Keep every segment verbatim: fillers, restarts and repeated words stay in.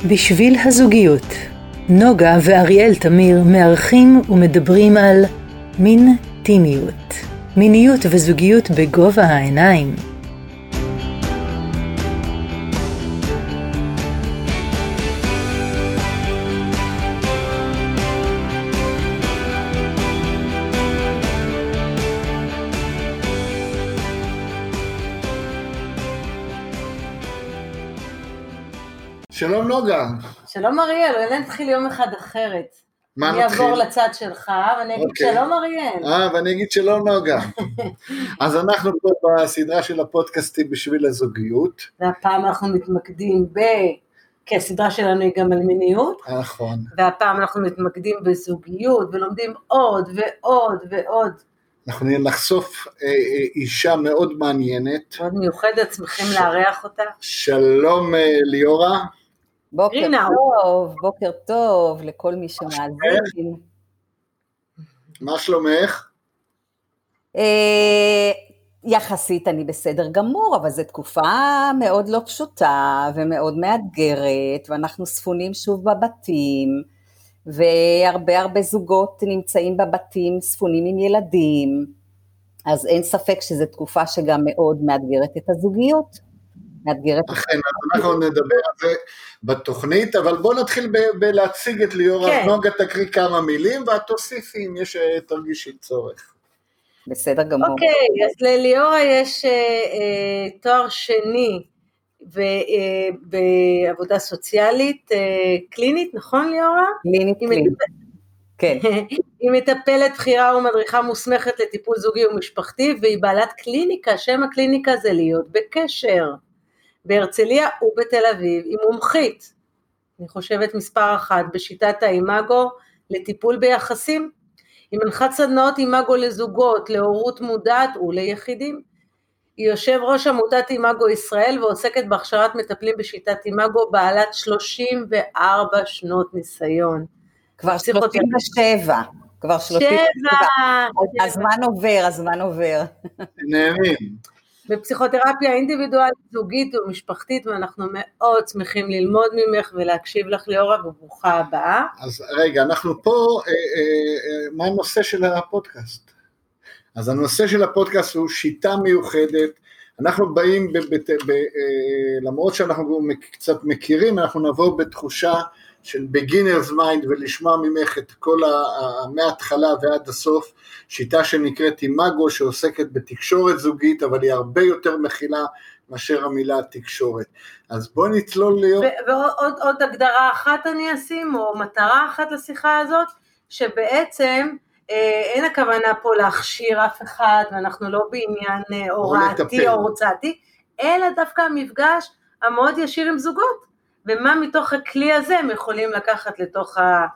בשביל הזוגיות. נוגה ואריאל תמיר מארחים ומדברים על מין טימיות. מיניות וזוגיות בגובה העיניים. שלום נוגה. שלום אריאל, אולי נתחיל יום אחד אחרת. מה אני נתחיל? אעבור לצד שלך ואני אגיד אוקיי. שלום אריאל. אה, ואני אגיד שלום נוגה. אז אנחנו פה בסדרה של הפודקאסטים בשביל הזוגיות. והפעם אנחנו מתמקדים ב... כי הסדרה שלנו היא גם על מיניות. נכון. והפעם אנחנו מתמקדים בזוגיות ולומדים עוד ועוד ועוד. אנחנו נחשוף אה, אה, אישה מאוד מעניינת. מאוד מיוחדת, שמחים ש... לארח אותה. שלום אה, ליאורה. בוקר רינה. טוב, בוקר טוב לכל מי שמאזין. מה שלומך? אה, יחסית אני בסדר גמור, אבל זו תקופה מאוד לא פשוטה ומאוד מאתגרת, ואנחנו ספונים שוב בבתים, והרבה הרבה זוגות נמצאים בבתים ספונים עם ילדים, אז אין ספק שזו תקופה שגם מאוד מאתגרת את הזוגיות. מאתגרת. אכן, אנחנו נדבר על זה בתוכנית, אבל בואו נתחיל ב- בלהציג את ליאורה. כן. נוגה תקריא כמה מילים, ואת תוסיפי אם יש תרגישי צורך. בסדר גמור. אוקיי, אז לליאורה יש אה, אה, תואר שני ב, אה, בעבודה סוציאלית, אה, קלינית, נכון ליאורה? קלינית, היא קלינית. מטפלת- כן. היא מטפלת בחירה ומדריכה מוסמכת לטיפול זוגי ומשפחתי, והיא בעלת קליניקה, שם הקליניקה זה להיות בקשר, בהרצליה ובתל אביב, היא מומחית, אני חושבת מספר אחת, בשיטת האימאגו לטיפול ביחסים, היא מנחת סדנאות אימאגו לזוגות, להורות מודעת וליחידים, היא יושב ראש עמותת אימאגו ישראל, ועוסקת בהכשרת מטפלים בשיטת אימאגו, בעלת שלושים וארבע שנות ניסיון. כבר שלושים ושבע, כבר שלושים ושבע, שבע, הזמן עובר, הזמן עובר. נעמים. בפסיכותרפיה אינדיבידואלית, זוגית ומשפחתית, ואנחנו מאוד שמחים ללמוד ממך ולהקשיב לך ליאורה, וברוכה הבאה. אז רגע, אנחנו פה, אה, אה, אה, מה הנושא של הפודקאסט? אז הנושא של הפודקאסט הוא שיטה מיוחדת, אנחנו באים, ב, ב, ב, אה, למרות שאנחנו קצת מכירים, אנחנו נבוא בתחושה של beginner's mind, ולשמוע ממך את כל ה, מההתחלה ועד הסוף, שיטה שנקראת אימאגו, שעוסקת בתקשורת זוגית, אבל היא הרבה יותר מכילה מאשר המילה תקשורת. אז בואי נצלול ליום. ועוד עוד הגדרה אחת אני אשים, או מטרה אחת לשיחה הזאת, שבעצם אה, אין הכוונה פה להכשיר אף אחד, ואנחנו לא בעניין אה, הוראתי או רוצתי, אלא דווקא המפגש המאוד ישיר עם זוגות, ומה מתוך הכלי הזה הם יכולים לקחת לתוך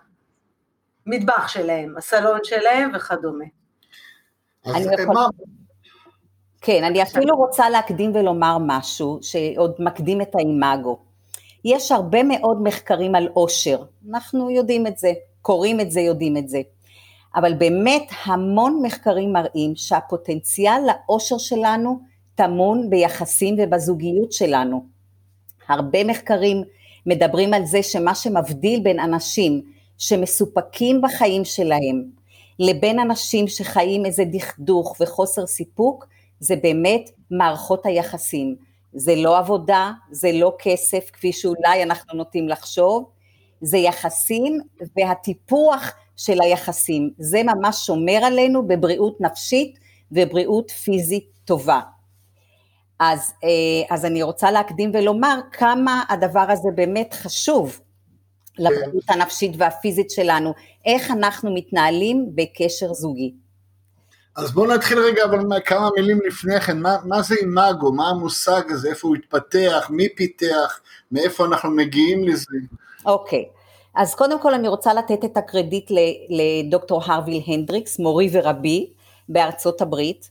המטבח שלהם, הסלון שלהם וכדומה. אז אני יכול... מה... כן, אני אפילו רוצה להקדים ולומר משהו, שעוד מקדים את האימאגו. יש הרבה מאוד מחקרים על אושר, אנחנו יודעים את זה, קוראים את זה, יודעים את זה. אבל באמת המון מחקרים מראים שהפוטנציאל לאושר שלנו טמון ביחסים ובזוגיות שלנו. הרבה מחקרים מדברים על זה שמה שמבדיל בין אנשים שמסופקים בחיים שלהם, לבין אנשים שחיים איזה דכדוך וחוסר סיפוק, זה באמת מערכות היחסים. זה לא עבודה, זה לא כסף, כפי שאולי אנחנו נוטים לחשוב, זה יחסים והטיפוח של היחסים. זה ממש שומר עלינו בבריאות נפשית ובריאות פיזית טובה. אז, אז אני רוצה להקדים ולומר כמה הדבר הזה באמת חשוב לבריאות הנפשית והפיזית שלנו, איך אנחנו מתנהלים בקשר זוגי. אז בואו נתחיל רגע, אבל כמה מילים לפני כן, מה, מה זה אימאגו, מה המושג הזה, איפה הוא התפתח, מי פיתח, מאיפה אנחנו מגיעים לזה? אוקיי, אז קודם כל אני רוצה לתת את הקרדיט לדוקטור הרוויל הנדריקס, מורי ורבי בארצות הברית,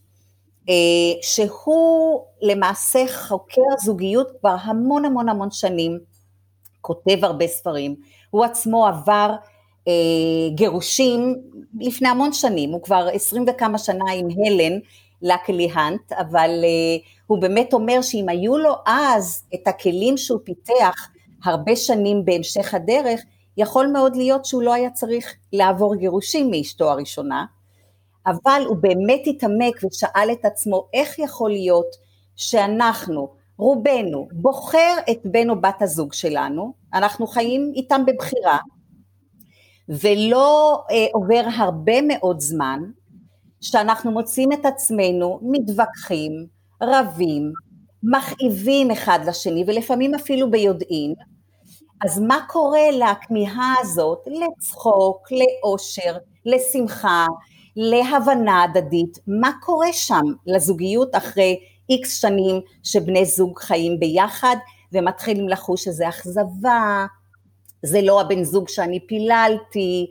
שהוא למעשה חוקר זוגיות כבר המון המון המון שנים, כותב הרבה ספרים, הוא עצמו עבר אה, גירושים לפני המון שנים, הוא כבר עשרים וכמה שנה עם הלן לקלי הנט, אבל אה, הוא באמת אומר שאם היו לו אז את הכלים שהוא פיתח הרבה שנים בהמשך הדרך, יכול מאוד להיות שהוא לא היה צריך לעבור גירושים מאשתו הראשונה, אבל הוא באמת התעמק ושאל את עצמו איך יכול להיות שאנחנו, רובנו, בוחר את בן או בת הזוג שלנו, אנחנו חיים איתם בבחירה, ולא אה, עובר הרבה מאוד זמן, שאנחנו מוצאים את עצמנו מתווכחים, רבים, מכאיבים אחד לשני, ולפעמים אפילו ביודעין, אז מה קורה לכמיהה הזאת? לצחוק, לאושר, לשמחה, להבנה הדדית, מה קורה שם לזוגיות אחרי איקס שנים שבני זוג חיים ביחד, ומתחילים לחוש שזה אכזבה, זה לא הבן זוג שאני פיללתי,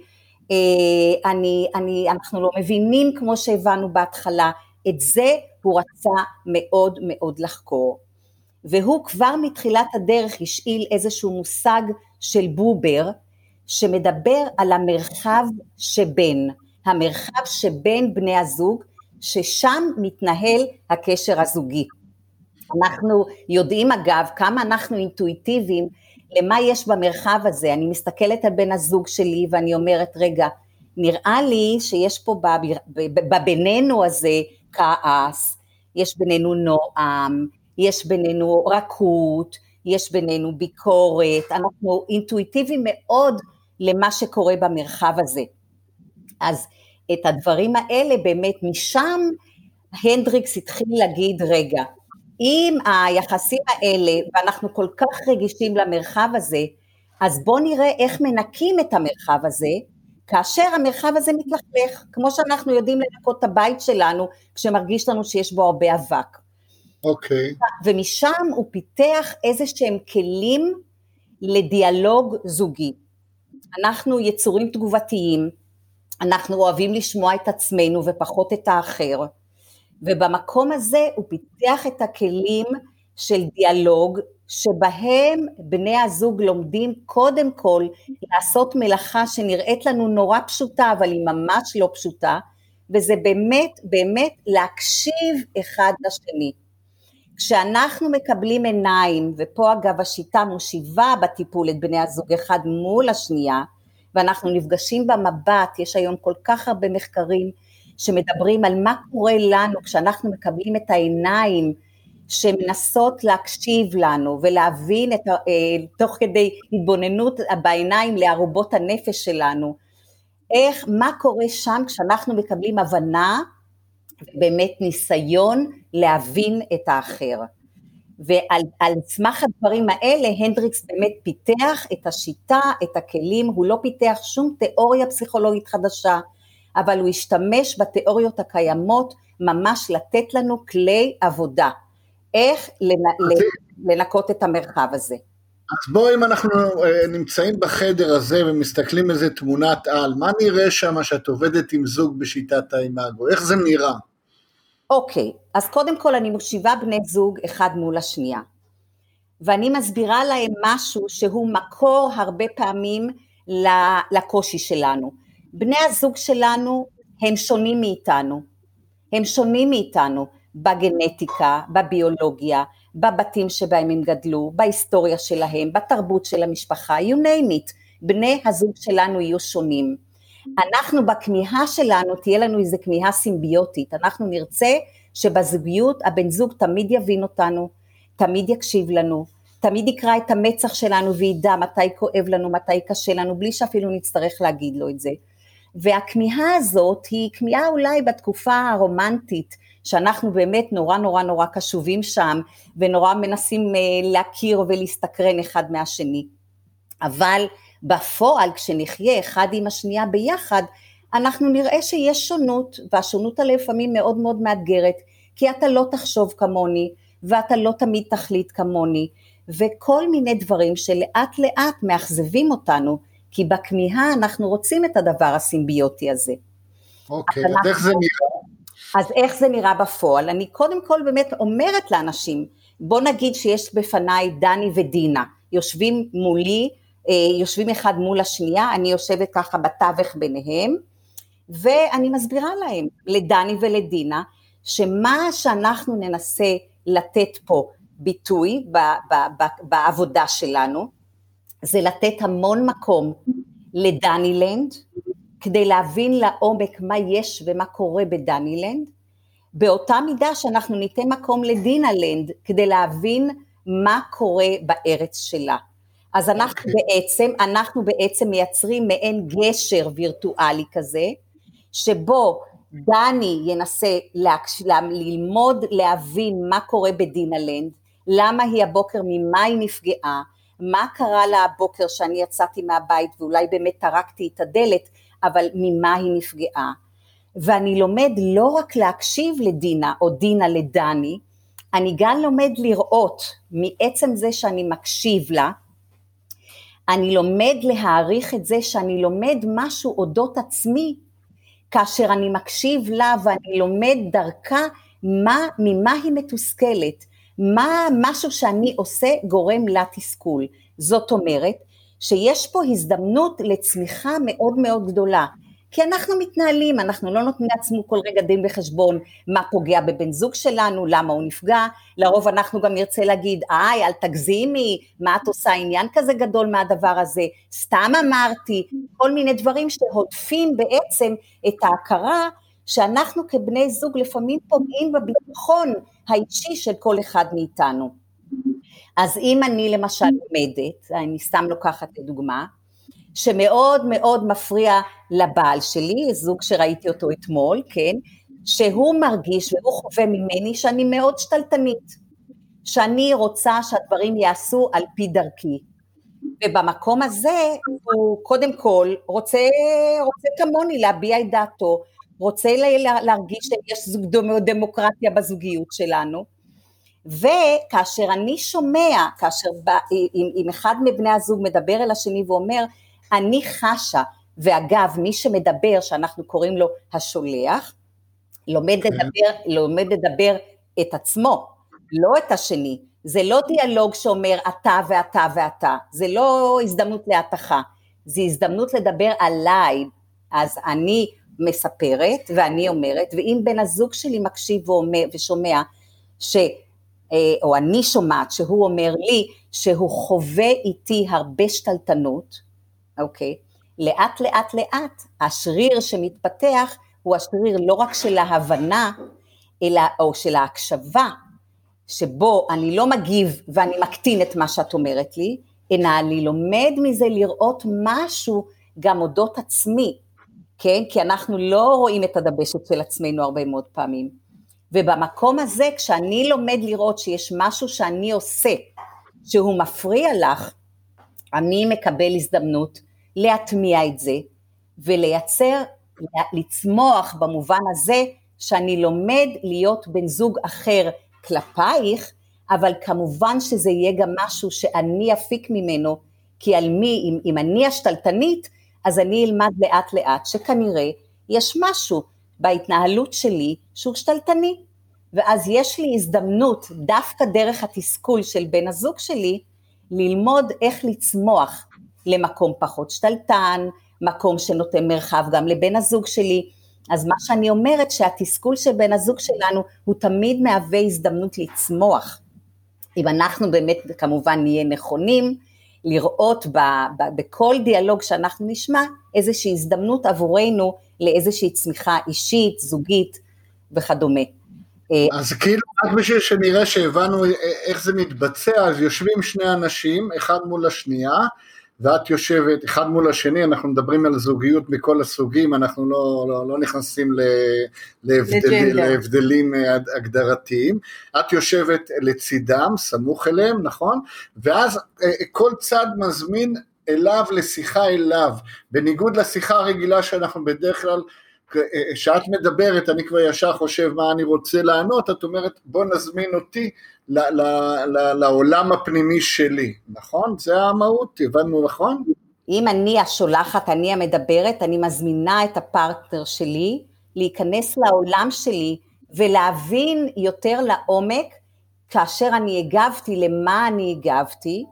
אני, אני, אנחנו לא מבינים כמו שהבנו בהתחלה, את זה הוא רצה מאוד מאוד לחקור. והוא כבר מתחילת הדרך השאיל איזשהו מושג של בובר, שמדבר על המרחב שבין, המרחב שבין בני הזוג, ששם מתנהל הקשר הזוגי. אנחנו יודעים אגב כמה אנחנו אינטואיטיביים, למה יש במרחב הזה, אני מסתכלת על בן הזוג שלי ואני אומרת רגע, נראה לי שיש פה בבינינו הזה כעס, יש בינינו נועם, יש בינינו רכות, יש בינינו ביקורת, אנחנו אינטואיטיביים מאוד למה שקורה במרחב הזה. אז את הדברים האלה באמת משם הנדריקס התחיל להגיד רגע, אם היחסים האלה ואנחנו כל כך רגישים למרחב הזה, אז בוא נראה איך מנקים את המרחב הזה, כאשר המרחב הזה מתלכלך, כמו שאנחנו יודעים לנקות את הבית שלנו, כשמרגיש לנו שיש בו הרבה אבק. אוקיי. Okay. ומשם הוא פיתח איזה שהם כלים לדיאלוג זוגי. אנחנו יצורים תגובתיים, אנחנו אוהבים לשמוע את עצמנו ופחות את האחר, ובמקום הזה הוא פיתח את הכלים של דיאלוג, שבהם בני הזוג לומדים קודם כל לעשות מלאכה שנראית לנו נורא פשוטה, אבל היא ממש לא פשוטה, וזה באמת באמת להקשיב אחד לשני. כשאנחנו מקבלים עיניים, ופה אגב השיטה מושיבה בטיפול את בני הזוג אחד מול השנייה, ואנחנו נפגשים במבט, יש היום כל כך הרבה מחקרים שמדברים על מה קורה לנו כשאנחנו מקבלים את העיניים שמנסות להקשיב לנו ולהבין את, תוך כדי התבוננות בעיניים לארובות הנפש שלנו, איך, מה קורה שם כשאנחנו מקבלים הבנה ובאמת ניסיון להבין את האחר. ועל על סמך הדברים האלה הנדריקס באמת פיתח את השיטה, את הכלים, הוא לא פיתח שום תיאוריה פסיכולוגית חדשה, אבל הוא השתמש בתיאוריות הקיימות ממש לתת לנו כלי עבודה, איך לנקות את המרחב הזה. אז בואי, אם אנחנו נמצאים בחדר הזה ומסתכלים איזה תמונת על, מה נראה שם שאת עובדת עם זוג בשיטת האימאגו? איך זה נראה? אוקיי, אז קודם כל אני מושיבה בני זוג אחד מול השנייה, ואני מסבירה להם משהו שהוא מקור הרבה פעמים לקושי שלנו. בני הזוג שלנו הם שונים מאיתנו, הם שונים מאיתנו בגנטיקה, בביולוגיה, בבתים שבהם הם גדלו, בהיסטוריה שלהם, בתרבות של המשפחה, you name it, בני הזוג שלנו יהיו שונים. אנחנו בכמיהה שלנו תהיה לנו איזו כמיהה סימביוטית, אנחנו נרצה שבזוגיות הבן זוג תמיד יבין אותנו, תמיד יקשיב לנו, תמיד יקרא את המצח שלנו וידע מתי כואב לנו, מתי קשה לנו, בלי שאפילו נצטרך להגיד לו את זה. והכמיהה הזאת היא כמיהה אולי בתקופה הרומנטית, שאנחנו באמת נורא נורא נורא קשובים שם, ונורא מנסים להכיר ולהסתקרן אחד מהשני. אבל בפועל כשנחיה אחד עם השנייה ביחד, אנחנו נראה שיש שונות, והשונות עליה לפעמים מאוד מאוד מאתגרת, כי אתה לא תחשוב כמוני, ואתה לא תמיד תחליט כמוני, וכל מיני דברים שלאט לאט מאכזבים אותנו, כי בכמיהה אנחנו רוצים את הדבר הסימביוטי הזה. אוקיי, אז אנחנו... איך זה נראה? אז איך זה נראה בפועל? אני קודם כל באמת אומרת לאנשים, בוא נגיד שיש בפניי דני ודינה, יושבים מולי, יושבים אחד מול השנייה, אני יושבת ככה בתווך ביניהם, ואני מסבירה להם, לדני ולדינה, שמה שאנחנו ננסה לתת פה ביטוי ב- ב- ב- בעבודה שלנו, זה לתת המון מקום לדנילנד, כדי להבין לעומק מה יש ומה קורה בדנילנד, באותה מידה שאנחנו ניתן מקום לדינלנד, כדי להבין מה קורה בארץ שלה. אז אנחנו okay. בעצם, אנחנו בעצם מייצרים מעין גשר וירטואלי כזה, שבו דני ינסה להקש... ללמוד להבין מה קורה בדינלנד, למה היא הבוקר, ממה היא נפגעה, מה קרה לה הבוקר שאני יצאתי מהבית, ואולי באמת טרקתי את הדלת, אבל ממה היא נפגעה. ואני לומד לא רק להקשיב לדינה, או דינה לדני, אני גם לומד לראות, מעצם זה שאני מקשיב לה, אני לומד להעריך את זה שאני לומד משהו אודות עצמי, כאשר אני מקשיב לה ואני לומד דרכה מה, ממה היא מתוסכלת, מה משהו שאני עושה גורם לה תסכול. זאת אומרת שיש פה הזדמנות לצמיחה מאוד מאוד גדולה, כי אנחנו מתנהלים, אנחנו לא נותנים לעצמו כל רגע דין בחשבון מה פוגע בבן זוג שלנו, למה הוא נפגע, לרוב אנחנו גם נרצה להגיד, איי, אל תגזימי, מה את עושה עניין כזה גדול מהדבר הזה, סתם אמרתי, כל מיני דברים שהודפים בעצם את ההכרה, שאנחנו כבני זוג לפעמים פוגעים בביטחון האישי של כל אחד מאיתנו. אז אם אני למשל לומדת, אני סתם לוקחת לדוגמה, שמאוד מאוד מפריע לבעל שלי, זוג שראיתי אותו אתמול, כן, שהוא מרגיש והוא חווה ממני שאני מאוד שתלטנית, שאני רוצה שהדברים יעשו על פי דרכי, ובמקום הזה הוא קודם כל רוצה, רוצה כמוני להביע את דעתו, רוצה להרגיש שיש זוג דמוקרטיה בזוגיות שלנו, וכאשר אני שומע, כאשר אם, אם אחד מבני הזוג מדבר אל השני ואומר, אני חשה, ואגב מי שמדבר שאנחנו קוראים לו השולח, לומד okay. לדבר, לומד לדבר את עצמו, לא את השני, זה לא דיאלוג שאומר אתה ואתה ואתה, זה לא הזדמנות להתחה, זה הזדמנות לדבר עליי, אז אני מספרת ואני אומרת, ואם בן הזוג שלי מקשיב ואומר, ושומע, ש, או אני שומעת שהוא אומר לי, שהוא חווה איתי הרבה שתלטנות, אוקיי, לאט לאט לאט, השריר שמתפתח, הוא השריר לא רק של ההבנה, אלא, או של ההקשבה, שבו אני לא מגיב ואני מקטין את מה שאת אומרת לי, אלא אני לומד מזה לראות משהו גם אודות עצמי, כן? כי אנחנו לא רואים את הדבשת של עצמנו הרבה מאוד פעמים, ובמקום הזה כשאני לומד לראות שיש משהו שאני עושה, שהוא מפריע לך, אני מקבל הזדמנות להטמיע את זה, ולייצר, לצמוח במובן הזה, שאני לומד להיות בן זוג אחר כלפייך, אבל כמובן שזה יהיה גם משהו שאני אפיק ממנו, כי על מי, אם, אם אני השתלטנית, אז אני אלמד לאט לאט, שכנראה יש משהו בהתנהלות שלי שהוא שתלטני, ואז יש לי הזדמנות, דווקא דרך התסכול של בן הזוג שלי, ללמוד איך לצמוח למקום פחות שתלטן, מקום שנותן מרחב גם לבן הזוג שלי, אז מה שאני אומרת שהתסכול של בן הזוג שלנו הוא תמיד מהווה הזדמנות לצמוח, אם אנחנו באמת כמובן נהיה נכונים, לראות ב, ב, בכל דיאלוג שאנחנו נשמע, איזושהי הזדמנות עבורנו לאיזושהי צמיחה אישית, זוגית וכדומה. אז כאילו רק בשביל שנראה שהבנו איך זה מתבצע, אז יושבים שני אנשים, אחד מול השנייה, ואת יושבת אחד מול השני, אנחנו מדברים על זוגיות מכל הסוגים, אנחנו לא, לא, לא נכנסים להבדל, להבדלים הגדרתיים, את יושבת לצידם, סמוך אליהם, נכון? ואז כל צד מזמין אליו לשיחה אליו, בניגוד לשיחה הרגילה שאנחנו בדרך כלל, שאת מדברת, אני כבר ישר חושב מה אני רוצה לענות, את אומרת בוא נזמין אותי ל- ל- ל- לעולם הפנימי שלי, נכון? זה המהות, הבנו נכון? אם אני השולחת, אני המדברת, אני מזמינה את הפרטנר שלי, להיכנס לעולם שלי, ולהבין יותר לעומק, כאשר אני הגבתי, למה אני הגבתי,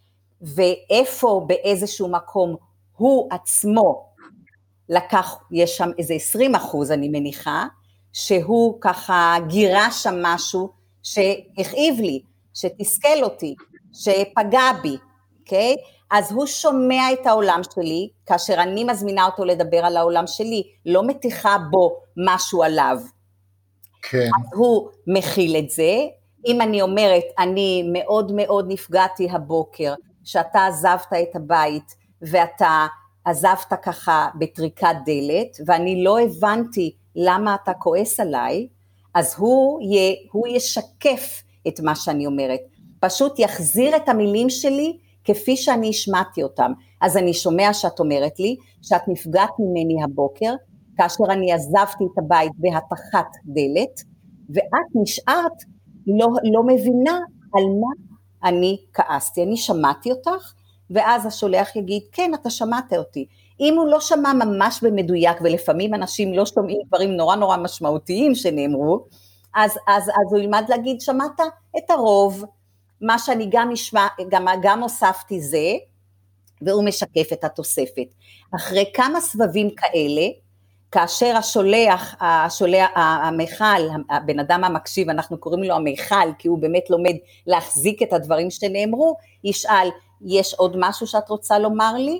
ואיפה באיזשהו מקום הוא עצמו, לקח, יש שם איזה עשרים אחוז אני מניחה, שהוא ככה גירה שם משהו שהכאיב לי, שתסכל אותי, שפגע בי, אוקיי? אז הוא שומע את העולם שלי, כאשר אני מזמינה אותו לדבר על העולם שלי, לא מתיחה בו משהו עליו. כן. אז הוא מכיל את זה, אם אני אומרת, אני מאוד מאוד נפגעתי הבוקר, שאתה עזבת את הבית, ואתה עזבת ככה בטריקת דלת, ואני לא הבנתי למה אתה כועס עליי, אז הוא, יה, הוא ישקף את מה שאני אומרת, פשוט יחזיר את המילים שלי, כפי שאני השמעתי אותם. אז אני שומע שאת אומרת לי, שאת נפגעת ממני הבוקר, כאשר אני עזבתי את הבית בהתחת דלת, ואת נשארת לא, לא מבינה על מה אני כעסתי. אני שמעתי אותך, ואז השולח יגיד, כן, אתה שמעת אותי. אם הוא לא שמע ממש במדויק, ולפעמים אנשים לא שומעים דברים נורא נורא משמעותיים שנאמרו, אז, אז, אז הוא ילמד להגיד, שמעת את הרוב, מה שאני גם, משמע, גם, גם הוספתי זה, והוא משקף את התוספת. אחרי כמה סבבים כאלה, כאשר השולח, השולח, המיכל, הבן אדם המקשיב, אנחנו קוראים לו המיכל, כי הוא באמת לומד להחזיק את הדברים שנאמרו, ישאל, יש עוד משהו שאת רוצה לומר לי?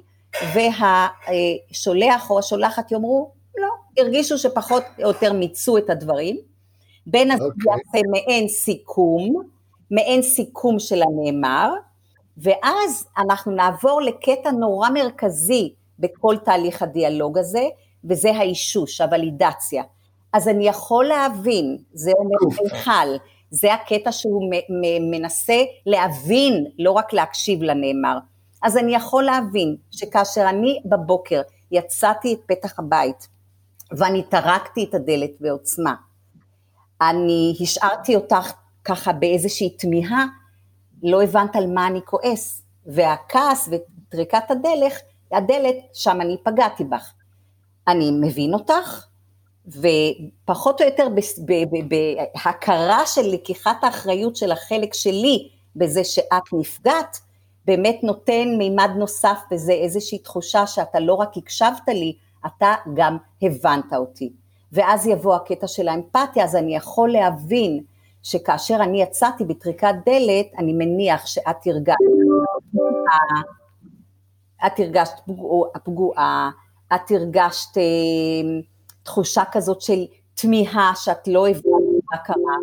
והשולח או השולחת יאמרו, לא, הרגישו שפחות או יותר מיצו את הדברים, בין אז okay. יעשה מעין סיכום, מעין סיכום של הנאמר, ואז אנחנו נעבור לקטע נורא מרכזי בכל תהליך הדיאלוג הזה, וזה האישוש, הוולידציה. אז אני יכול להבין, זה אומר מיכל, זה הקטע שהוא מנסה להבין, לא רק להקשיב לנאמר. אז אני יכול להבין שכאשר אני בבוקר יצאתי את פתח הבית, ואני טרקתי את הדלת בעוצמה, אני השארתי אותך ככה באיזושהי תמיהה, לא הבנת על מה אני כועס, והכעס וטריקת הדלת, הדלת שם אני פגעתי בך. אני מבין אותך, ופחות או יותר בהכרה של לקיחת האחריות של החלק שלי, בזה שאת נפגעת, באמת נותן מימד נוסף, וזה איזושהי תחושה שאתה לא רק הקשבת לי, אתה גם הבנת אותי. ואז יבוא הקטע של האמפתיה, אז אני יכול להבין, שכאשר אני יצאתי בטריקת דלת, אני מניח שאת הרגשת, את הרגשת פגועה, את הרגשת תחושה כזאת של תמיהה, שאת לא הבנת מה קרה,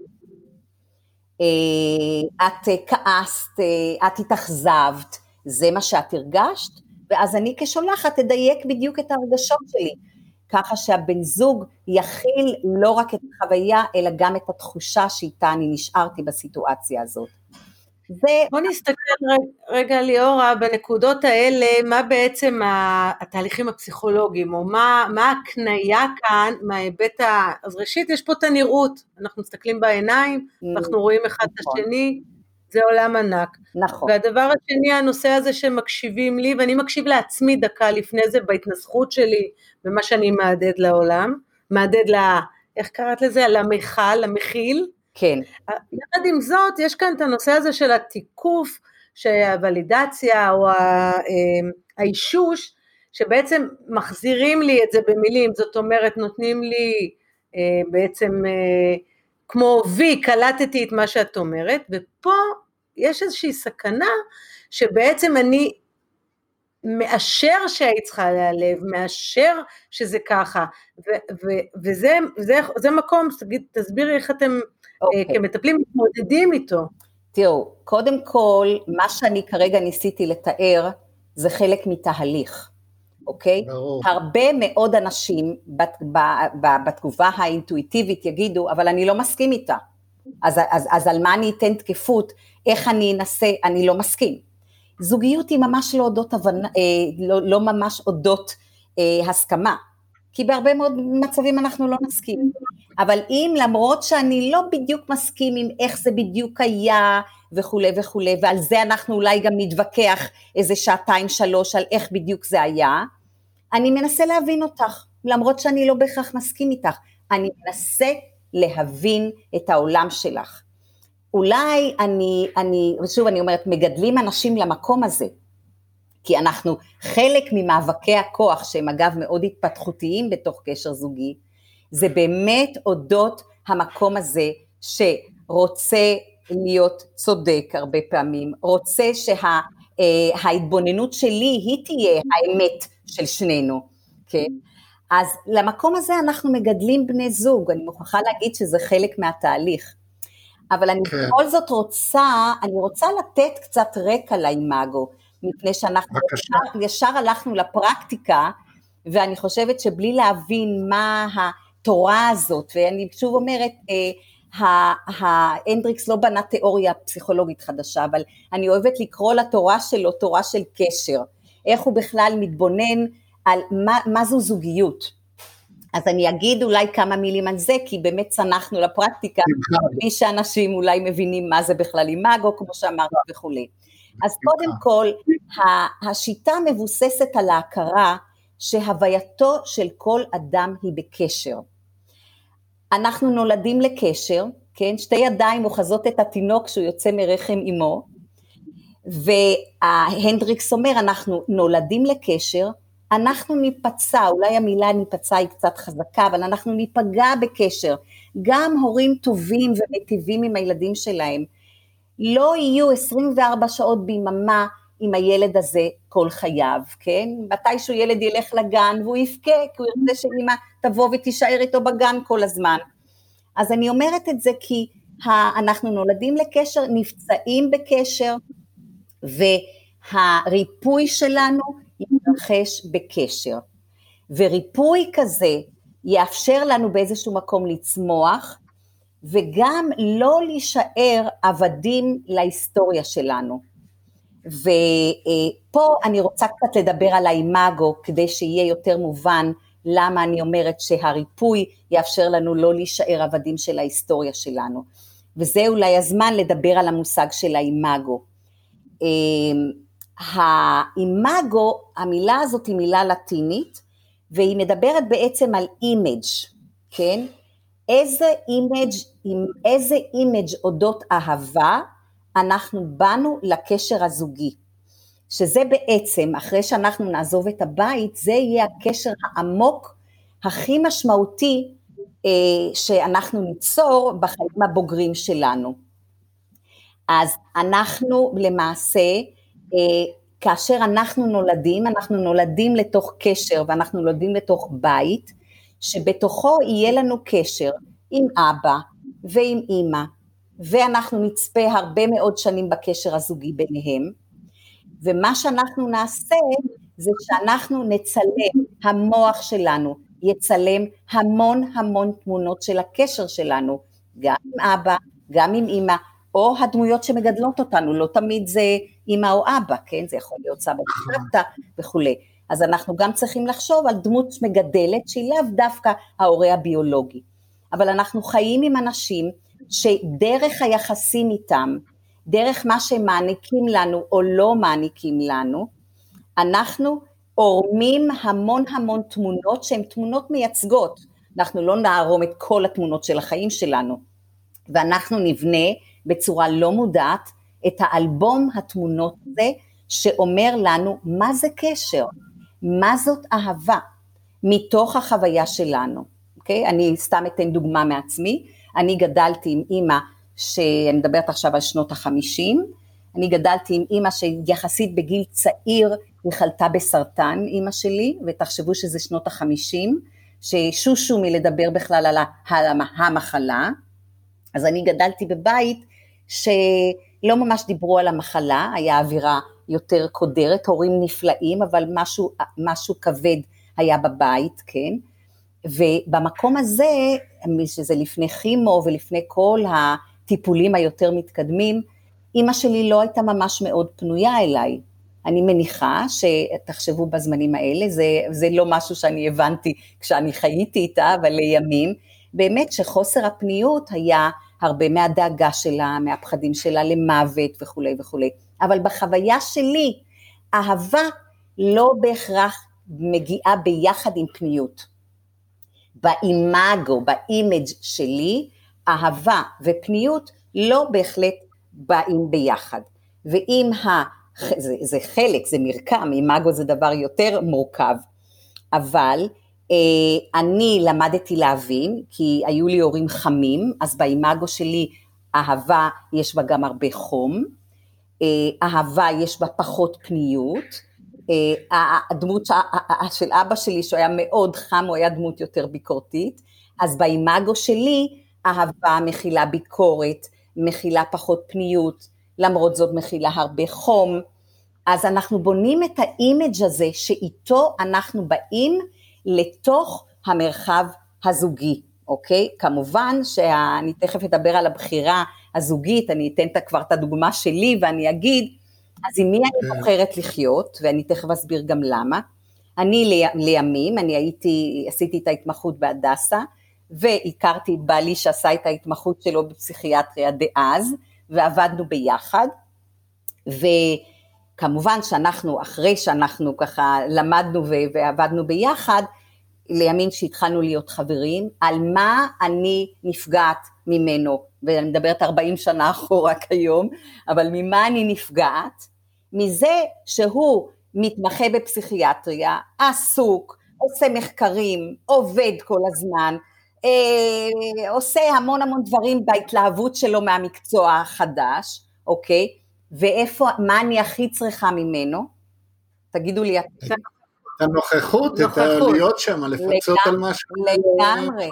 את כעסת, את התאכזבת, זה מה שאת הרגשת, ואז אני כשולחת תדייק בדיוק את הרגשות שלי, ככה שהבן זוג יכיל לא רק את החוויה, אלא גם את התחושה שאיתה אני נשארתי בסיטואציה הזאת. ו... בוא נסתכל רגע ליאורה, בנקודות האלה, מה בעצם התהליכים הפסיכולוגיים, או מה, מה הקנייה כאן, מההיבט ה... אז ראשית, יש פה את הנראות, אנחנו מסתכלים בעיניים, אנחנו רואים אחד את השני, זה עולם ענק. נכון. והדבר השני, הנושא הזה שמקשיבים לי, ואני מקשיב לעצמי דקה לפני זה, בהתנסחות שלי, במה שאני מעדד לעולם, מעדד לה, איך קראת לזה? למיכל, למכיל. כן. יחד עם זאת, יש כאן את הנושא הזה של התיקוף, שהוולידציה, או האישוש, שבעצם מחזירים לי את זה במילים, זאת אומרת, נותנים לי בעצם, כמו וי, קלטתי את מה שאת אומרת, ופה יש איזושהי סכנה, שבעצם אני מאשר שהיית צריכה להיעלב, מאשר שזה ככה, ו- ו- וזה זה, זה מקום, תגיד, תסבירי איך אתם okay. כמטפלים מתמודדים איתו. תראו, קודם כל, מה שאני כרגע ניסיתי לתאר, זה חלק מתהליך, אוקיי? ברור. הרבה מאוד אנשים בת, ב, ב, בתגובה האינטואיטיבית יגידו, אבל אני לא מסכים איתה, אז, אז, אז על מה אני אתן תקפות, איך אני אנסה, אני לא מסכים. זוגיות היא ממש לא אודות הבנה, לא, לא ממש אודות אה, הסכמה, כי בהרבה מאוד מצבים אנחנו לא נסכים, אבל אם למרות שאני לא בדיוק מסכים עם איך זה בדיוק היה וכו' וכו', ועל זה אנחנו אולי גם נתווכח איזה שעתיים שלוש על איך בדיוק זה היה, אני מנסה להבין אותך, למרות שאני לא בהכרח מסכים איתך, אני מנסה להבין את העולם שלך. אולי אני, אני, שוב אני אומרת, מגדלים אנשים למקום הזה, כי אנחנו חלק ממאבקי הכוח, שהם אגב מאוד התפתחותיים בתוך קשר זוגי, זה באמת אודות המקום הזה, שרוצה להיות צודק הרבה פעמים, רוצה שה, ההתבוננות שלי היא תהיה האמת של שנינו, כן? אז למקום הזה אנחנו מגדלים בני זוג, אני מוכרחה להגיד שזה חלק מהתהליך, אבל אני כן. בכל זאת רוצה, אני רוצה לתת קצת רקע לאימאגו, מפני שאנחנו ישר, ישר הלכנו לפרקטיקה, ואני חושבת שבלי להבין מה התורה הזאת, ואני שוב אומרת, הנדריקס לא בנה תיאוריה פסיכולוגית חדשה, אבל אני אוהבת לקרוא לתורה שלו, תורה של קשר, איך הוא בכלל מתבונן על מה, מה זו זוגיות. אז אני אגיד אולי כמה מילים על זה, כי באמת צנחנו לפרקטיקה, בלי שאנשים אולי מבינים מה זה בכלל אימאגו, כמו שאמרת וכו'. אז קודם כל, השיטה מבוססת על ההכרה, שהווייתו של כל אדם היא בקשר. אנחנו נולדים לקשר, כן? שתי ידיים אוחזות את התינוק שהוא יוצא מרחם אמו, והנדריקס אומר, אנחנו נולדים לקשר, אנחנו ניפצע, אולי המילה ניפצע היא קצת חזקה, אבל אנחנו ניפגע בקשר, גם הורים טובים ומטיבים עם הילדים שלהם, לא יהיו עשרים וארבע שעות ביממה עם הילד הזה כל חייו, כן? מתישהו ילד ילך לגן והוא יפקה, כי הוא ירצה שאמא תבוא ותישאר איתו בגן כל הזמן. אז אני אומרת את זה כי אנחנו נולדים לקשר, נפצעים בקשר, והריפוי שלנו יתרחש בקשר. וריפוי כזה יאפשר לנו באיזשהו מקום לצמוח, וגם לא להישאר עבדים להיסטוריה שלנו. ופה אני רוצה קצת לדבר על האימאגו, כדי שיהיה יותר מובן למה אני אומרת שהריפוי יאפשר לנו לא להישאר עבדים של ההיסטוריה שלנו. וזה אולי הזמן לדבר על המושג של האימאגו. האימאגו, המילה הזאת היא מילה לטינית, והיא מדברת בעצם על אימג', כן? איזה אימג', איזה אימג' אודות אהבה, אנחנו באנו לקשר הזוגי, שזה בעצם, אחרי שאנחנו נעזוב את הבית, זה יהיה הקשר העמוק, הכי משמעותי, אה, שאנחנו ניצור בחיים הבוגרים שלנו. אז אנחנו למעשה, אה, כאשר אנחנו נולדים, אנחנו נולדים לתוך קשר, ואנחנו נולדים לתוך בית, שבתוכו יהיה לנו קשר עם אבא ועם אמא, ואנחנו נצפה הרבה מאוד שנים בקשר הזוגי ביניהם, ומה שאנחנו נעשה, זה שאנחנו נצלם, המוח שלנו יצלם המון המון תמונות של הקשר שלנו, גם עם אבא, גם עם אמא, או הדמויות שמגדלות אותנו, לא תמיד זה אמא או אבא, כן? זה יכול להיות סבא וסבתא וכו'. אז אנחנו גם צריכים לחשוב על דמות מגדלת, שהיא לאו דווקא ההורה הביולוגי. אבל אנחנו חיים עם אנשים, שדרך היחסים איתם, דרך מה שמעניקים לנו או לא מעניקים לנו, אנחנו עורמים המון המון תמונות שהן תמונות מייצגות, אנחנו לא נערום את כל התמונות של החיים שלנו, ואנחנו נבנה בצורה לא מודעת את האלבום התמונות הזה, שאומר לנו מה זה קשר, מה זאת אהבה, מתוך החוויה שלנו, אוקיי? אני סתם אתן דוגמה מעצמי, אני גדלתי עם אמא, שאני מדברת עכשיו על שנות החמישים, אני גדלתי עם אמא שיחסית בגיל צעיר, היא חלתה בסרטן, אמא שלי, ותחשבו שזה שנות החמישים, ששושו מלדבר בכלל על המחלה, אז אני גדלתי בבית, שלא ממש דיברו על המחלה, היה אווירה יותר קודרת, הורים נפלאים, אבל משהו, משהו כבד היה בבית, כן? ובמקום הזה, שזה לפני כימו ולפני כל הטיפולים היותר מתקדמים, אמא שלי לא הייתה ממש מאוד פנויה אליי. אני מניחה שתחשבו בזמנים האלה, זה, זה לא משהו שאני הבנתי כשאני חייתי איתה, אבל לימים, באמת שחוסר הפניות היה הרבה מהדאגה שלה, מהפחדים שלה למוות וכו' וכו'. אבל בחוויה שלי, אהבה לא בהכרח מגיעה ביחד עם פניות. באימאגו, באימג' שלי, אהבה ופניות לא בהחלט באים ביחד. ואם ה... זה, זה חלק, זה מרקם, אימאגו זה דבר יותר מורכב, אבל אה, אני למדתי להבין, כי היו לי הורים חמים, אז באימאגו שלי אהבה יש בה גם הרבה חום, אהבה יש בה פחות פניות, הדמות של אבא שלי שהוא היה מאוד חם, הוא היה דמות יותר ביקורתית, אז באימאגו שלי אהבה מכילה ביקורת, מכילה פחות פניות, למרות זאת מכילה הרבה חום, אז אנחנו בונים את האימג' הזה שאיתו אנחנו באים לתוך המרחב הזוגי, אוקיי? כמובן שאני תכף אדבר על הבחירה הזוגית, אני אתן כבר את הדוגמה שלי ואני אגיד, אז עם מי אני בוחרת לחיות, ואני תכף אסביר גם למה, אני לימים, אני הייתי, עשיתי את ההתמחות בהדסה, והכרתי את בעלי שעשה את ההתמחות שלו בפסיכיאטריה דאז, ועבדנו ביחד, וכמובן שאנחנו, אחרי שאנחנו ככה למדנו ועבדנו ביחד, לימים שהתחלנו להיות חברים, על מה אני נפגעת ממנו, ואני מדברת ארבעים שנה אחורה כיום, אבל ממה אני נפגעת? מזה שהוא מתמחה בפסיכיאטריה, עסוק, עושה מחקרים, עובד כל הזמן, אה, עושה המון המון דברים בהתלהבות שלו מהמקצוע החדש, אוקיי? ואיפה, מה אני הכי צריכה ממנו? תגידו לי, את הנוכחות, את להיות שם, לפצות על משהו. לגמרי,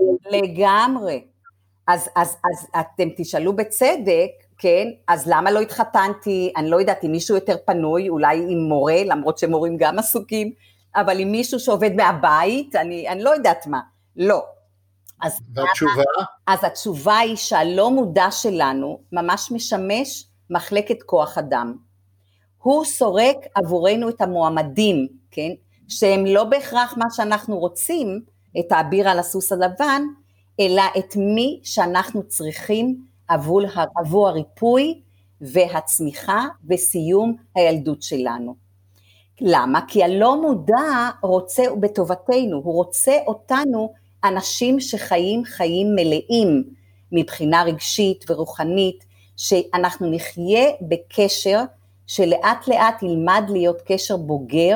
לגמרי. אז, אז, אז אתם תשאלו בצדק, כן, אז למה לא התחתנתי, אני לא יודעת, אם מישהו יותר פנוי, אולי עם מורה, למרות שמורים גם עסוקים, אבל עם מישהו שעובד מהבית, אני, אני לא יודעת מה, לא. אז, והתשובה? אז התשובה היא שהלא מודע שלנו, ממש משמש מחלקת כוח אדם. הוא סורק עבורנו את המועמדים, כן, שהם לא בהכרח מה שאנחנו רוצים, את האביר על הסוס הלבן, אלא את מי שאנחנו צריכים עבור, עבור הריפוי והצמיחה וסיום הילדות שלנו. למה? כי הלא מודע רוצה בטובתנו, הוא רוצה אותנו אנשים שחיים חיים מלאים מבחינה רגשית ורוחנית, שאנחנו נחיה בקשר שלאט לאט ילמד להיות קשר בוגר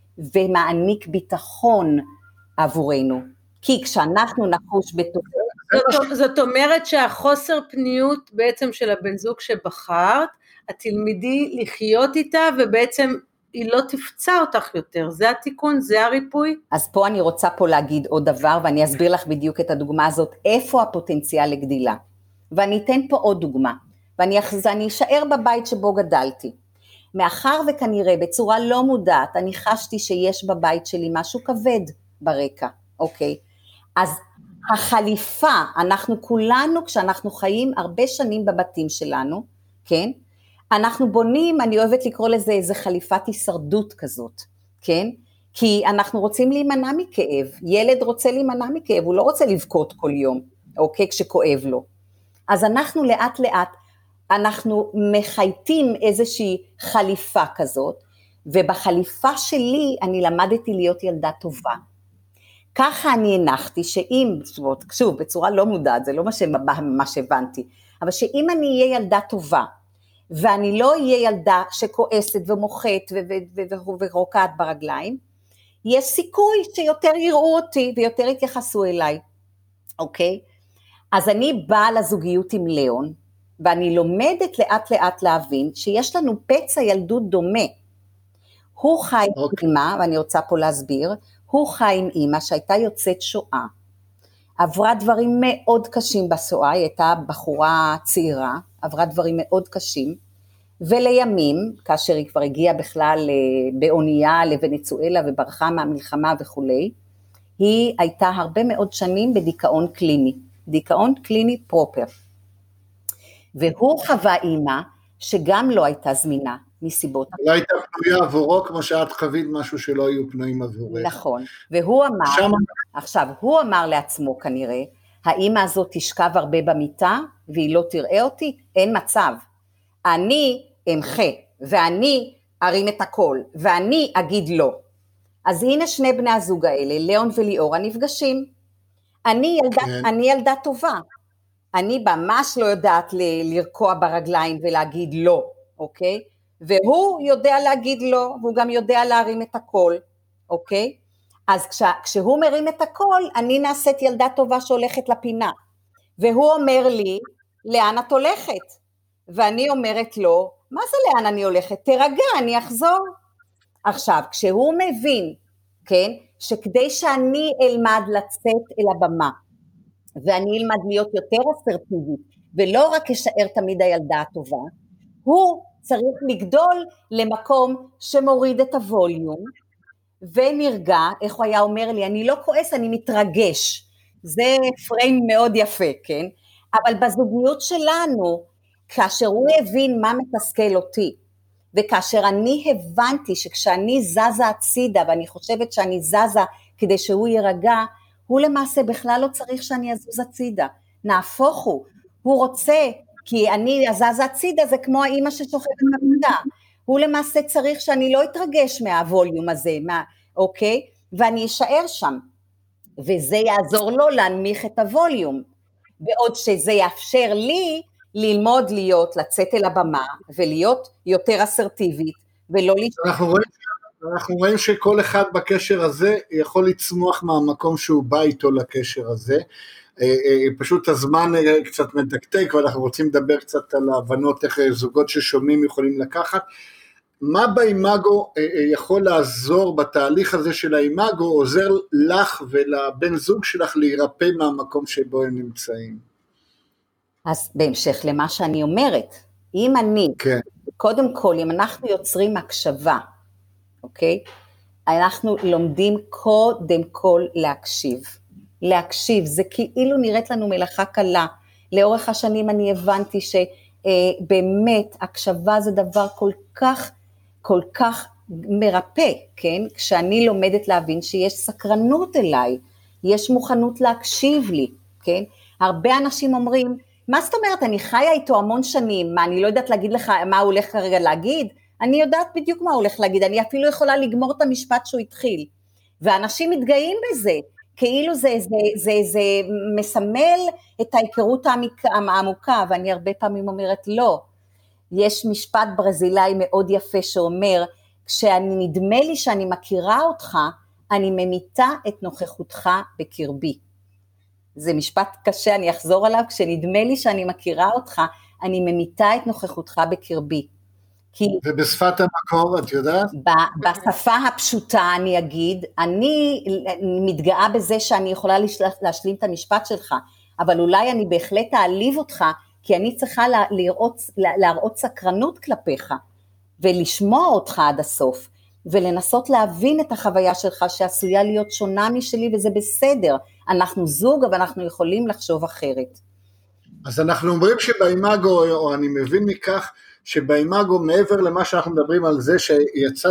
ומעניק ביטחון עבורנו. כי כשאנחנו נחוש בתוכנו, זאת, זאת אומרת שהחוסר פניות בעצם של הבן זוג שבחרת, את תלמדי לחיות איתה ובעצם היא לא תפצע אותך יותר, זה התיקון, זה הריפוי. אז פה אני רוצה פה להגיד עוד דבר, ואני אסביר לך בדיוק את הדוגמה הזאת, איפה הפוטנציאל לגדילה. ואני אתן פה עוד דוגמה, ואני אני אשאר בבית שבו גדלתי. מאחר וכנראה בצורה לא מודעת, אני חשתי שיש בבית שלי משהו כבד ברקע, אוקיי? אז החליפה, אנחנו כולנו, כשאנחנו חיים הרבה שנים בבתים שלנו, כן? אנחנו בונים, אני אוהבת לקרוא לזה איזה חליפת הישרדות כזאת, כן? כי אנחנו רוצים להימנע מכאב, ילד רוצה להימנע מכאב, הוא לא רוצה לבכות כל יום, אוקיי? כשכואב לו. אז אנחנו לאט לאט, אנחנו מחייטים איזושהי חליפה כזאת, ובחליפה שלי אני למדתי להיות ילדה טובה. ככה אני הנחתי שאם, שוב, בצורה לא מודעת, זה לא מה שממש הבנתי, אבל שאם אני אהיה ילדה טובה, ואני לא אהיה ילדה שכועסת ומוחת ורוקעת ברגליים, יש סיכוי שיותר יראו אותי ויותר יתייחסו אליי, אוקיי? אז אני באה לזוגיות עם ליאון, ואני לומדת לאט לאט להבין שיש לנו פצע ילדות דומה. הוא חי עם okay. אמא, ואני רוצה פה להסביר, הוא חי עם אמא שהייתה יוצאת שואה, עברה דברים מאוד קשים בשואה, היא הייתה בחורה צעירה, עברה דברים מאוד קשים, ולימים, כאשר היא כבר הגיעה בכלל באונייה לוונצואלה וברחה מהמלחמה וכולי, היא הייתה הרבה מאוד שנים בדיכאון קליני, דיכאון קליני פרופר. והוא חווה אימא שגם לא הייתה זמינה מסיבות. לא הייתה פנויה עבורו כמו שאת חווית משהו שלא היו פנויים עבורך. נכון, והוא אמר, שם... עכשיו הוא אמר לעצמו כנראה, האימא הזאת תשכב הרבה במיטה והיא לא תראה אותי, אין מצב. אני אמחה ואני ארים את הכל ואני אגיד לא. אז הנה שני בני הזוג האלה, ליאון וליאורה נפגשים. אני ילדה, כן. אני ילדה טובה. אני ממש לא יודעת ל- לרקוע ברגליים ולהגיד לא, אוקיי? והוא יודע להגיד לא, והוא גם יודע להרים את הכל, אוקיי? אז כש, כשהוא מרים את הכל, אני נעשית ילדה טובה שהולכת לפינה. והוא אומר לי, לאן את הולכת? ואני אומרת לו, מה זה לאן אני הולכת? תרגע, אני אחזור. עכשיו, כשהוא מבין, כן, שכדי שאני אלמד לצאת אל הבמה, ואני אלמד להיות יותר אסרטיבית, ולא רק אשאר תמיד הילדה הטובה, הוא צריך לגדול למקום שמוריד את הווליום, ונרגע, איך הוא היה אומר לי, אני לא כועס, אני מתרגש, זה פריים מאוד יפה, כן? אבל בזוגיות שלנו, כאשר הוא הבין מה מתסכל אותי, וכאשר אני הבנתי שכשאני זזה הצידה, ואני חושבת שאני זזה כדי שהוא יירגע, הוא למעשה בכלל לא צריך שאני אזוז הצידה, נהפוך הוא, הוא רוצה, כי אני הזזה הצידה זה כמו האמא ששוכבת במיטה, הוא למעשה צריך שאני לא אתרגש מהווליום הזה, מה, אוקיי? ואני אשאר שם, וזה יעזור לו להנמיך את הווליום, בעוד שזה יאפשר לי ללמוד להיות, לצאת אל הבמה, ולהיות יותר אסרטיבית, ולא להשתמש. אנחנו רואים, אנחנו רואים שכל אחד בקשר הזה יכול לצמוח מהמקום שהוא בא איתו לקשר הזה, פשוט הזמן קצת מדקדק, ואנחנו רוצים לדבר קצת על ההבנות איך זוגות ששומעים יכולים לקחת. מה באימאגו יכול לעזור בתהליך הזה של האימאגו, עוזר לך ולבן זוג שלך להירפא מהמקום שבו הם נמצאים? אז בהמשך למה שאני אומרת, אם אני, כן. קודם כל, אם אנחנו יוצרים הקשבה, אוקיי? אנחנו לומדים קודם כל להקשיב. להקשיב, זה כאילו נראית לנו מלאכה קלה. לאורך השנים אני הבנתי שבאמת הקשבה זה דבר כל כך, כל כך מרפא, כן? כשאני לומדת להבין שיש סקרנות אליי, יש מוכנות להקשיב לי, כן? הרבה אנשים אומרים, מה זאת אומרת, אני חיה איתו המון שנים, מה, אני לא יודעת להגיד לך מה הוא הולך כרגע להגיד? אני יודעת בדיוק מה הוא הולך להגיד, אני אפילו יכולה לגמור את המשפט שהוא התחיל. ואנשים מתגאים בזה, כאילו זה, זה, זה, זה מסמל את ההיכרות העמוקה, ואני הרבה פעמים אומרת לא. יש משפט ברזילאי מאוד יפה שאומר, כשאני נדמה לי שאני מכירה אותך, אני ממיתה את נוכחותך בקרבי. זה משפט קשה, אני אחזור עליו, כשנדמה לי שאני מכירה אותך, אני ממיתה את נוכחותך בקרבי. כי ובשפת המקור, את יודעת? בשפה הפשוטה אני אגיד, אני מתגאה בזה שאני יכולה להשלים את המשפט שלך, אבל אולי אני בהחלט אעליב אותך, כי אני צריכה להראות, להראות סקרנות כלפיך, ולשמוע אותך עד הסוף, ולנסות להבין את החוויה שלך, שעשויה להיות שונה משלי, וזה בסדר, אנחנו זוג, אבל אנחנו יכולים לחשוב אחרת. אז אנחנו אומרים שבאימאגו, או אני מבין מכך, שבאימאגו מעבר למה שאנחנו מדברים על זה שיצאת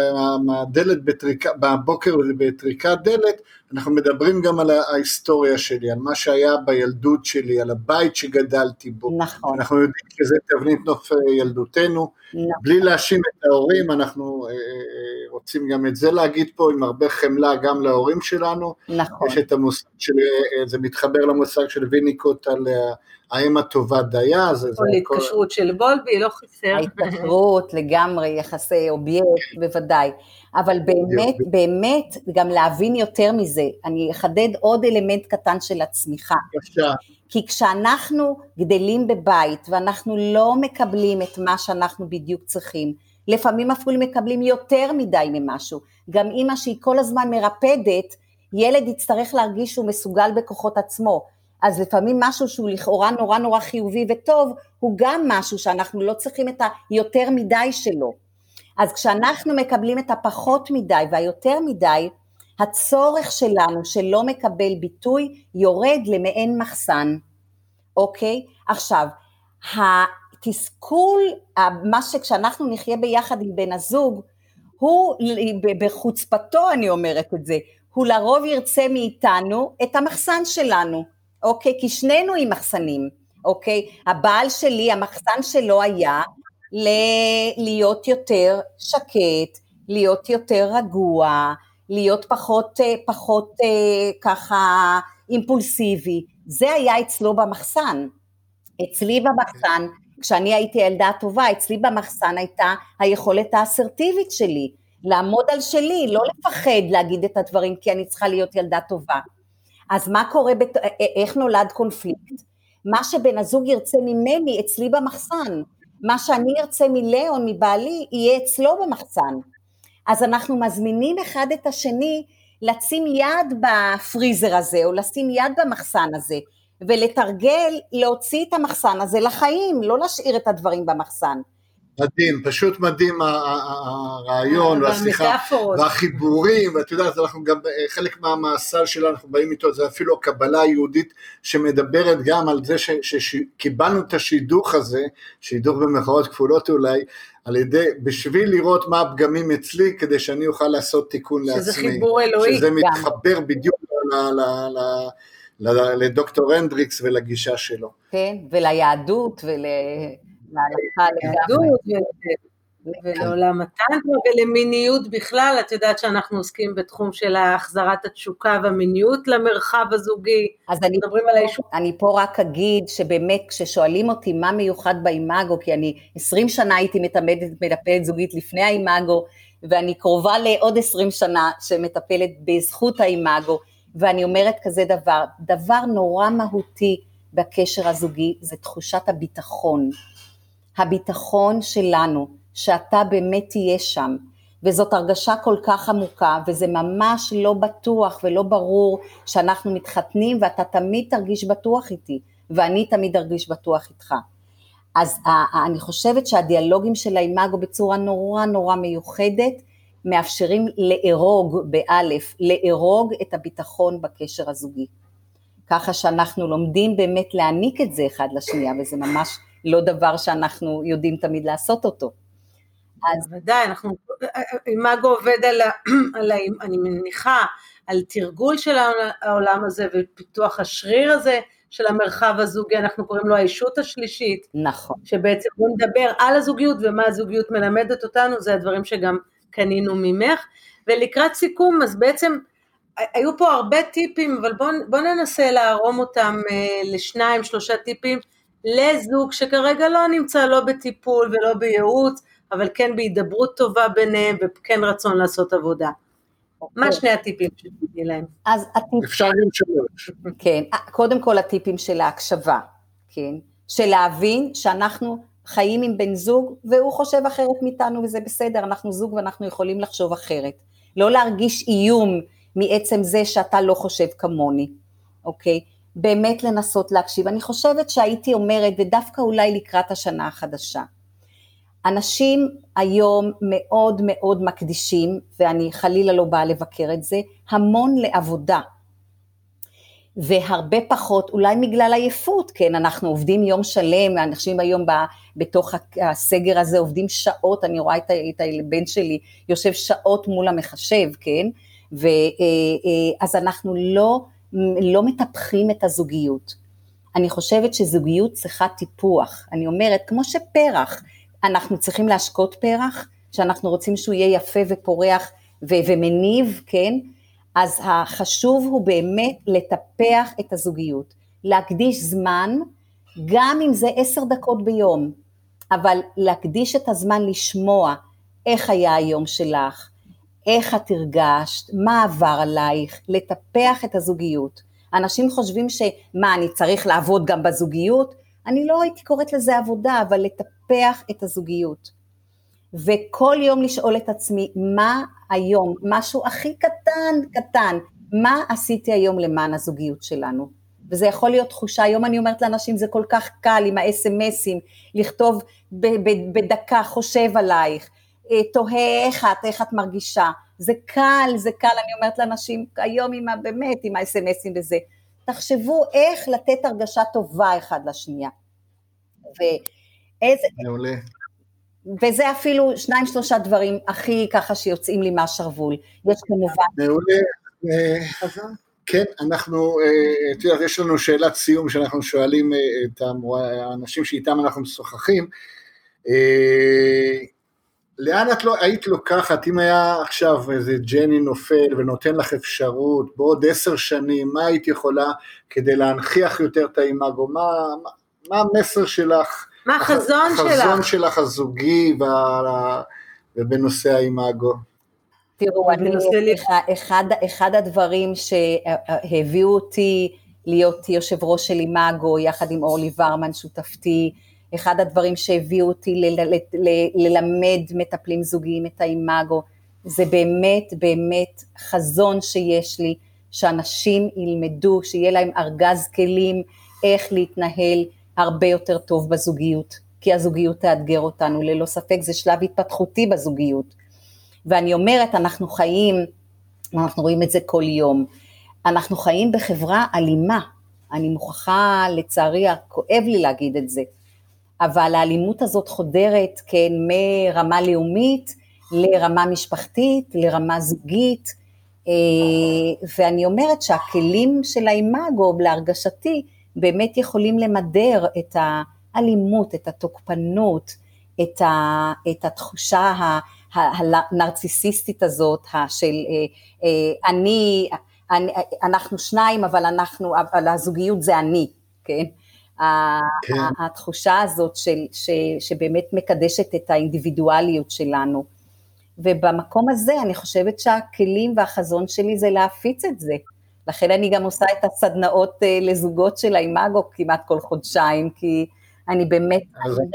מהדלת בטריקה, בבוקר בטריקת דלת, אנחנו מדברים גם על ההיסטוריה שלי, על מה שהיה בילדות שלי, על הבית שגדלתי בו. נכון. אנחנו יודעים שזה תבנית נוף ילדותנו, נכון. בלי להאשים את ההורים, אנחנו רוצים גם את זה להגיד פה עם הרבה חמלה גם להורים שלנו. נכון. יש את המושג של, זה מתחבר למושג של ויניקוט על האם הטובה דייה. או להתקשרות של בולבי, לא חסר. ההתקשרות לגמרי, יחסי אובייקט, בוודאי. אבל באמת, באמת, גם להבין יותר מזה, אני אחדד עוד אלמנט קטן של הצמיחה. בבקשה. כי כשאנחנו גדלים בבית, ואנחנו לא מקבלים את מה שאנחנו בדיוק צריכים, לפעמים אפילו מקבלים יותר מדי ממשהו, גם אמא שהיא כל הזמן מרפדת, ילד יצטרך להרגיש שהוא מסוגל בכוחות עצמו, אז לפעמים משהו שהוא לכאורה נורא נורא חיובי וטוב, הוא גם משהו שאנחנו לא צריכים את היותר מדי שלו. אז כשאנחנו מקבלים את הפחות מדי והיותר מדי, הצורך שלנו שלא מקבל ביטוי יורד למעין מחסן, אוקיי? עכשיו, התסכול, מה שכשאנחנו נחיה ביחד עם בן הזוג, הוא בחוצפתו אני אומרת את זה, הוא לרוב ירצה מאיתנו את המחסן שלנו, אוקיי? כי שנינו עם מחסנים, אוקיי? הבעל שלי, המחסן שלו היה להיות יותר שקט, להיות יותר רגוע, להיות פחות, פחות ככה אימפולסיבי, זה היה אצלו במחסן, אצלי במחסן, כשאני הייתי ילדה טובה, אצלי במחסן הייתה היכולת האסרטיבית שלי, לעמוד על שלי, לא לפחד להגיד את הדברים, כי אני צריכה להיות ילדה טובה. אז מה קורה, בת... איך נולד קונפליקט? מה שבן הזוג ירצה ממני אצלי במחסן, מה שאני ארצה מליאון, מבעלי, יהיה אצלו במחסן. אז אנחנו מזמינים אחד את השני לשים יד בפריזר הזה, או לשים יד במחסן הזה, ולתרגל להוציא את המחסן הזה לחיים, לא להשאיר את הדברים במחסן. מדהים, פשוט מדהים הרעיון והשיחה והחיבורים, ואת יודעת, אנחנו גם חלק מהמעשה שלנו, אנחנו באים איתו, זה אפילו הקבלה היהודית שמדברת גם על זה שקיבלנו את השידוך הזה, שידוך במחאות כפולות אולי, על ידי, בשביל לראות מה הפגמים אצלי, כדי שאני אוכל לעשות תיקון לעצמי. שזה חיבור אלוהי. שזה מתחבר בדיוק לדוקטור הנדריקס ולגישה שלו. כן, וליהדות ול... ליהדות ולעולם הטנטרה ולמיניות בכלל. את יודעת שאנחנו עוסקים בתחום של החזרת התשוקה והמיניות למרחב הזוגי. אז אני, מדברים על האישור. אני פה רק אגיד שבאמת כששואלים אותי מה מיוחד באימאגו, כי אני עשרים שנה הייתי מטפלת מטפלת זוגית לפני האימאגו, ואני קרובה לעוד עשרים שנה שמטפלת בזכות האימאגו, ואני אומרת כזה דבר, דבר נורא מהותי בקשר הזוגי זה תחושת הביטחון. הביטחון שלנו, שאתה באמת תהיה שם, וזאת הרגשה כל כך עמוקה, וזה ממש לא בטוח ולא ברור שאנחנו מתחתנים, ואתה תמיד תרגיש בטוח איתי, ואני תמיד ארגיש בטוח איתך. אז אני חושבת שהדיאלוגים של האימאגו בצורה נורא נורא מיוחדת, מאפשרים לארוג באלף, לארוג את הביטחון בקשר הזוגי. ככה שאנחנו לומדים באמת להעניק את זה אחד לשנייה, וזה ממש לא דבר שאנחנו יודעים תמיד לעשות אותו. אז ודאי, אנחנו, אימאגו עובד על, על, אני מניחה, על תרגול של העולם הזה, ופיתוח השריר הזה של המרחב הזוגי, אנחנו קוראים לו האישות השלישית. נכון. שבעצם בוא נדבר על הזוגיות, ומה הזוגיות מלמדת אותנו, זה הדברים שגם קנינו ממך, ולקראת סיכום, אז בעצם, היו פה הרבה טיפים, אבל בוא, בוא ננסה להרום אותם לשניים, שלושה טיפים, לזוג שכרגע לא נמצא לא בטיפול ולא בייעוץ, אבל כן בהידברות טובה ביניהם, וכן רצון לעשות עבודה. Okay. מה שני הטיפים שתגידי להם? אז הטיפ... אפשר גם שלוש. כן, קודם כל הטיפים של ההקשבה, כן? של להבין שאנחנו חיים עם בן זוג, והוא חושב אחרת מאיתנו, וזה בסדר, אנחנו זוג ואנחנו יכולים לחשוב אחרת. לא להרגיש איום מעצם זה שאתה לא חושב כמוני, אוקיי? באמת לנסות להקשיב. אני חושבת שהייתי אומרת, ודווקא אולי לקראת השנה החדשה, אנשים היום מאוד מאוד מקדישים, ואני חלילה לא באה לבקר את זה, המון לעבודה, והרבה פחות, אולי בגלל עייפות, כן, אנחנו עובדים יום שלם, אנשים היום בתוך הסגר הזה עובדים שעות, אני רואה את הבן שלי יושב שעות מול המחשב, כן, ואז אנחנו לא, לא מטפחים את הזוגיות. אני חושבת שזוגיות צריכה טיפוח, אני אומרת, כמו שפרח, אנחנו צריכים להשקות פרח, שאנחנו רוצים שהוא יהיה יפה ופורח ו- ומניב, כן? אז החשוב הוא באמת לטפח את הזוגיות, להקדיש זמן, גם אם זה עשר דקות ביום, אבל להקדיש את הזמן לשמוע איך היה היום שלך, איך את הרגשת, מה עבר עלייך, לטפח את הזוגיות. אנשים חושבים שמה, אני צריך לעבוד גם בזוגיות? אני לא הייתי קוראת לזה עבודה, אבל לטפח את הזוגיות. וכל יום לשאול את עצמי, מה היום, משהו הכי קטן, קטן, מה עשיתי היום למען הזוגיות שלנו? וזה יכול להיות תחושה, היום אני אומרת לאנשים, זה כל כך קל עם ה-אס אם אסים, לכתוב ב- ב- בדקה, חושב עלייך, תוהה איך את, איך את מרגישה, זה קל, זה קל, אני אומרת לאנשים, היום עם, באמת עם ה-אס אם אסים וזה, תחשבו איך לתת הרגשה טובה אחד לשנייה. ואיזה... מעולה. וזה אפילו שניים שלושה דברים הכי ככה שיוצאים לי מהשרוול. יש כמובן... מעולה. כן, אנחנו, את יודעת, יש לנו שאלת סיום שאנחנו שואלים את האנשים שאיתם אנחנו משוחחים. לאן את לא היית לוקחת, אם היה עכשיו איזה ג'ני נופל ונותן לך אפשרות, בעוד עשר שנים, מה היית יכולה כדי להנכיח יותר את האימאגו? מה, מה המסר שלך? מה החזון שלך? החזון שלך הזוגי ובנושא האימאגו. תראו, אני, אחד, אחד הדברים שהביאו אותי להיות יושב ראש של אימאגו, יחד עם אורלי ורמן שותפתי, אחד הדברים שהביאו אותי ל- ל- ל- ללמד מטפלים זוגיים את האימאגו, זה באמת באמת חזון שיש לי, שאנשים ילמדו, שיהיה להם ארגז כלים, איך להתנהל הרבה יותר טוב בזוגיות, כי הזוגיות תאתגר אותנו, ללא ספק זה שלב התפתחותי בזוגיות, ואני אומרת, אנחנו חיים, אנחנו רואים את זה כל יום, אנחנו חיים בחברה אלימה, אני מוכרחה לצערי, כואב לי להגיד את זה, אבל האלימות הזאת חודרת, כן, מרמה לאומית, לרמה משפחתית, לרמה זוגית, ואני אומרת שהכלים של האימאגו, להרגשתי, באמת יכולים למדר את האלימות, את התוקפנות, את, ה, את התחושה הנרציסיסטית הזאת, של אני, אני, אנחנו שניים, אבל, אנחנו, אבל הזוגיות זה אני, כן? כן. התחושה הזאת של, ש, שבאמת מקדשת את האינדיבידואליות שלנו, ובמקום הזה אני חושבת שהכלים והחזון שלי זה להפיץ את זה, לכן אני גם עושה את הסדנאות לזוגות של האימאגו כמעט כל חודשיים, כי אני באמת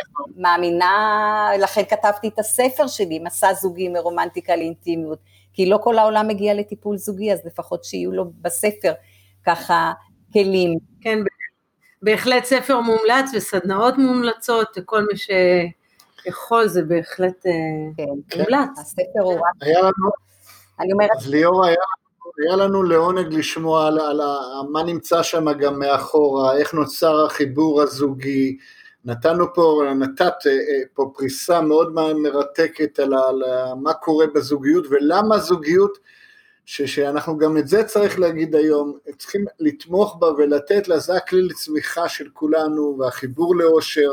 מאמינה, לכן כתבתי את הספר שלי, מסע זוגי מרומנטיקה לאינטימיות, כי לא כל העולם מגיע לטיפול זוגי, אז לפחות שיהיו לו בספר ככה כלים. כן, בהחלט ספר מומלץ וסדנאות מומלצות, וכל מי שיכול זה בהחלט כן, מומלץ. כן. הספר הוא רק... היה לנו, אני אומרת... אז ליאור, היה, היה לנו לעונג לשמוע על, על מה נמצא שם גם מאחורה, איך נוצר החיבור הזוגי, נתנו פה, נתת פה פריסה מאוד מרתקת על, על מה קורה בזוגיות, ולמה הזוגיות, ש, שאנחנו גם את זה צריך להגיד היום, צריכים לתמוך בה ולתת לה, זה הכלי לצמיחה של כולנו, והחיבור לאושר,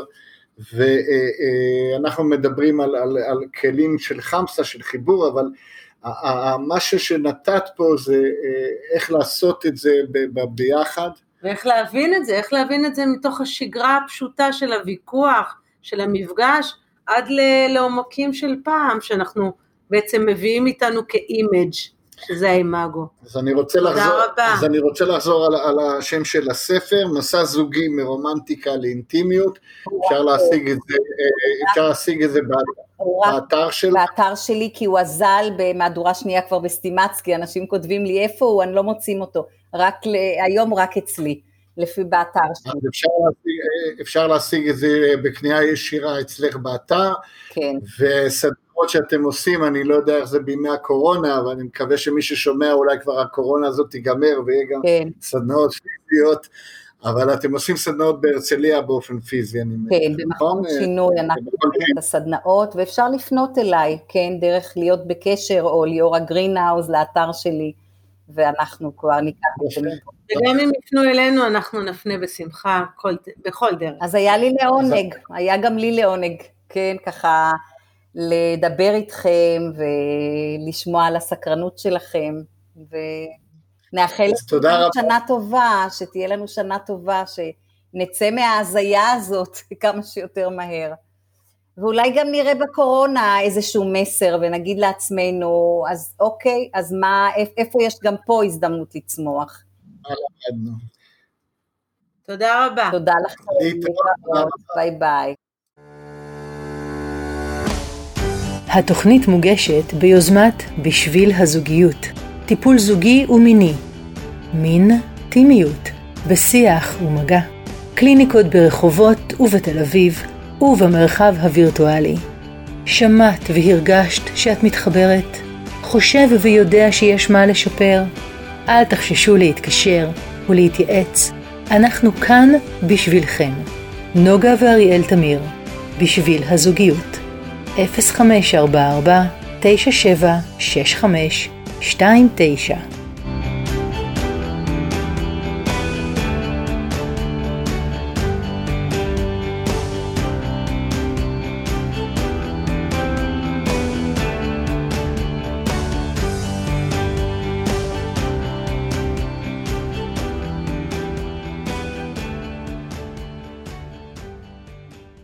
ואנחנו מדברים על, על, על כלים של חמסה, של חיבור, אבל המשהו שנתת פה זה איך לעשות את זה ביחד. ואיך להבין את זה, איך להבין את זה מתוך השגרה הפשוטה של הוויכוח, של המפגש, עד לעומקים של פעם, שאנחנו בעצם מביאים איתנו כאימג' שזה האימאגו. אז אני רוצה לחזור, אז אני רוצה לחזור על, על השם של הספר, מסע זוגי מרומנטיקה לאינטימיות, אפשר להשיג את זה, אפשר להשיג את זה באתר שלי. באתר שלי, כי הוא אזל במהדורה שנייה כבר בסטימצקי, אנשים כותבים לי איפה הוא, אני לא מוצאים אותו, רק היום רק אצלי, לפי באתר שלי. אפשר להשיג, אפשר להשיג את זה בקנייה ישירה אצלך באתר, כן. וסדרות שאתם עושים, אני לא יודע איך זה בימי הקורונה, אבל אני מקווה שמי ששומע אולי כבר הקורונה הזאת תיגמר, ויהיה גם כן. סדנאות פיזיות, אבל אתם עושים סדנאות בהרצליה באופן פיזי, אני כן, במקום שינוי, אנחנו עושים את הסדנאות, ואפשר לפנות אליי, כן, דרך להיות בקשר, או ליאורה גרינהאוז, לאתר שלי, ואנחנו כבר ניקח את זה. וגם אם יפנו אלינו, אנחנו נפנה בשמחה, בכל דרך. אז היה לי לעונג, היה גם לי לעונג, כן, ככה, לדבר איתכם, ולשמוע על הסקרנות שלכם, ונאחל לנו שנה טובה, שתהיה לנו שנה טובה, שנצא מההזיה הזאת, כמה שיותר מהר. ואולי גם נראה בקורונה איזשהו מסר, ונגיד לעצמנו, אז אוקיי, אז מה, איפה יש גם פה הזדמנות לצמוח? תודה רבה. תודה לכם. ביי ביי. התוכנית מוגשת ביוזמת בשביל הזוגיות, טיפול זוגי ומיני, מין, טימיות, בשיח ומגע, קליניקות ברחובות ובתל אביב, ובמרחב הווירטואלי. שמעת והרגשת שאת מתחברת? חושב ויודע שיש מה לשפר? אל תחששו להתקשר ולהתייעץ. אנחנו כאן בשבילכם. נוגה ואריאל תמיר, בשביל הזוגיות. אפס חמש ארבע ארבע תשע שבע שש חמש שתיים תשע